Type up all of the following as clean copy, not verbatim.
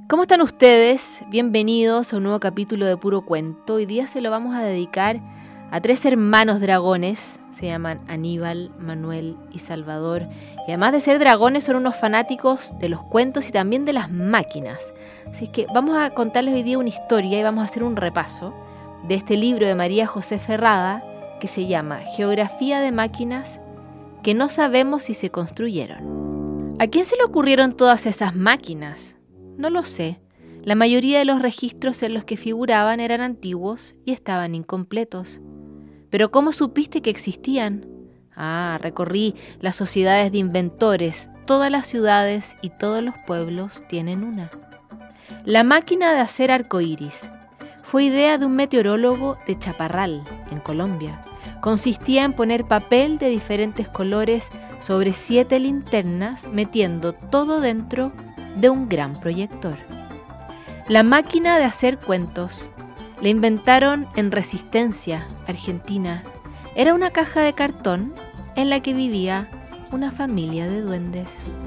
¿Cómo están ustedes? Bienvenidos a un nuevo capítulo de Puro Cuento. Hoy día se lo vamos a dedicar a 3 hermanos dragones. Se llaman Aníbal, Manuel y Salvador. Y además de ser dragones, son unos fanáticos de los cuentos y también de las máquinas. Así que vamos a contarles hoy día una historia y vamos a hacer un repaso de este libro de María José Ferrada que se llama Geografía de máquinas que no sabemos si se construyeron. ¿A quién se le ocurrieron todas esas máquinas? No lo sé. La mayoría de los registros en los que figuraban eran antiguos y estaban incompletos. ¿Pero cómo supiste que existían? Recorrí las sociedades de inventores. Todas las ciudades y todos los pueblos tienen una. La máquina de hacer arcoíris fue idea de un meteorólogo de Chaparral, en Colombia. Consistía en poner papel de diferentes colores sobre 7 linternas, metiendo todo dentro de un gran proyector. La máquina de hacer cuentos la inventaron en Resistencia, Argentina. Era una caja de cartón en la que vivía una familia de duendes.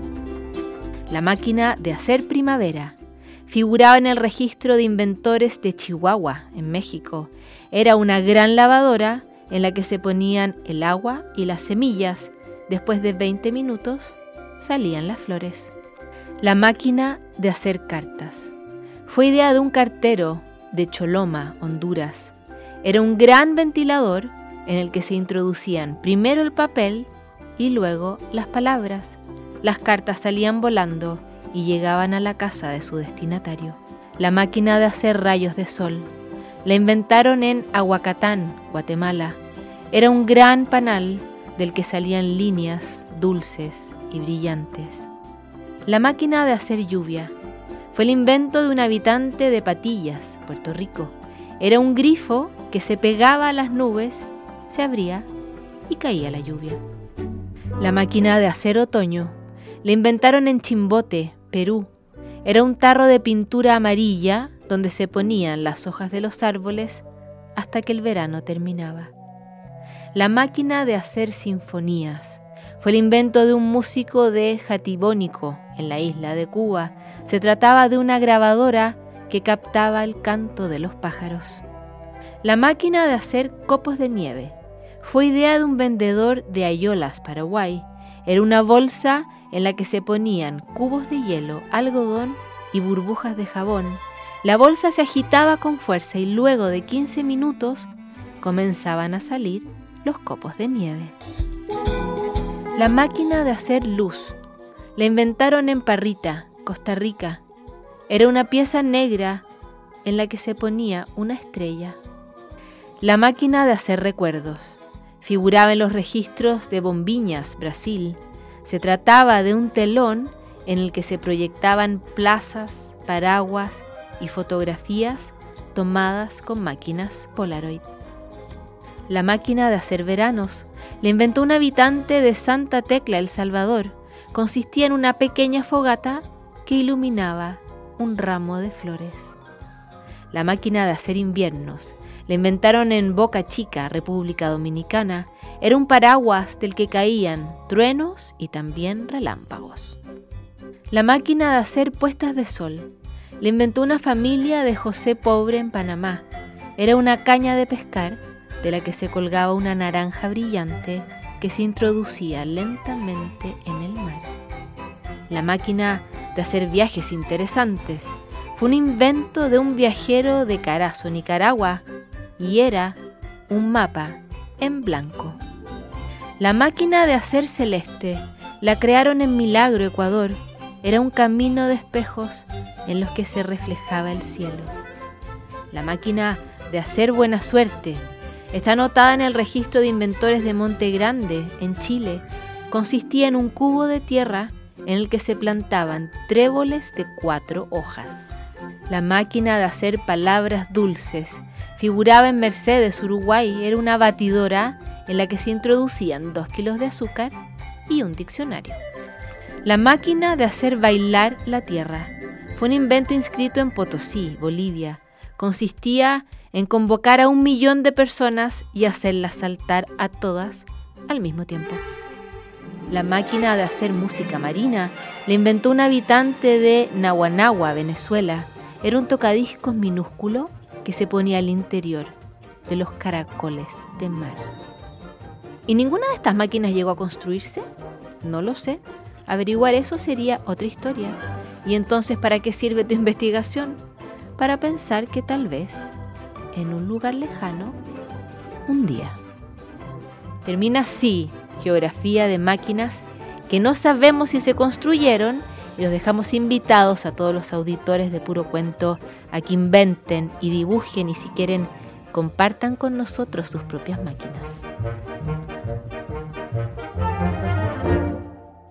La máquina de hacer primavera figuraba en el registro de inventores de Chihuahua, en México. Era una gran lavadora en la que se ponían el agua y las semillas. Después de 20 minutos salían las flores. La máquina de hacer cartas fue idea de un cartero de Choloma, Honduras. Era un gran ventilador en el que se introducían primero el papel y luego las palabras. Las cartas salían volando y llegaban a la casa de su destinatario. La máquina de hacer rayos de sol la inventaron en Aguacatán, Guatemala. Era un gran panal del que salían líneas dulces y brillantes. La máquina de hacer lluvia fue el invento de un habitante de Patillas, Puerto Rico. Era un grifo que se pegaba a las nubes, se abría y caía la lluvia. La máquina de hacer otoño la inventaron en Chimbote, Perú. Era un tarro de pintura amarilla donde se ponían las hojas de los árboles hasta que el verano terminaba. La máquina de hacer sinfonías fue el invento de un músico de Jatibónico, en la isla de Cuba. Se trataba de una grabadora que captaba el canto de los pájaros. La máquina de hacer copos de nieve fue idea de un vendedor de Ayolas, Paraguay. Era una bolsa en la que se ponían cubos de hielo, algodón y burbujas de jabón. La bolsa se agitaba con fuerza y luego de 15 minutos comenzaban a salir los copos de nieve. La máquina de hacer luz la inventaron en Parrita, Costa Rica. Era una pieza negra en la que se ponía una estrella. La máquina de hacer recuerdos figuraba en los registros de Bombiñas, Brasil. Se trataba de un telón en el que se proyectaban plazas, paraguas y fotografías tomadas con máquinas Polaroid. La máquina de hacer veranos la inventó un habitante de Santa Tecla, El Salvador. Consistía en una pequeña fogata que iluminaba un ramo de flores. La máquina de hacer inviernos la inventaron en Boca Chica, República Dominicana. Era un paraguas del que caían truenos y también relámpagos. La máquina de hacer puestas de sol la inventó una familia de José Pobre en Panamá. Era una caña de pescar de la que se colgaba una naranja brillante que se introducía lentamente en el mar. La máquina de hacer viajes interesantes fue un invento de un viajero de Carazo, Nicaragua, y era un mapa en blanco. La máquina de hacer celeste la crearon en Milagro, Ecuador. Era un camino de espejos en los que se reflejaba el cielo. La máquina de hacer buena suerte está anotada en el registro de inventores de Monte Grande, en Chile. Consistía en un cubo de tierra en el que se plantaban tréboles de 4 hojas. La máquina de hacer palabras dulces figuraba en Mercedes, Uruguay. Era una batidora en la que se introducían 2 kilos de azúcar y un diccionario. La máquina de hacer bailar la tierra fue un invento inscrito en Potosí, Bolivia. Consistía en convocar a 1 millón de personas y hacerlas saltar a todas al mismo tiempo. La máquina de hacer música marina la inventó un habitante de Naguanagua, Venezuela. Era un tocadiscos minúsculo que se ponía al interior de los caracoles de mar. ¿Y ninguna de estas máquinas llegó a construirse? No lo sé. Averiguar eso sería otra historia. ¿Y entonces para qué sirve tu investigación? Para pensar que tal vez, en un lugar lejano, un día. Termina así Geografía de Máquinas que no sabemos si se construyeron, y los dejamos invitados a todos los auditores de Puro Cuento a que inventen y dibujen, y si quieren compartan con nosotros sus propias máquinas.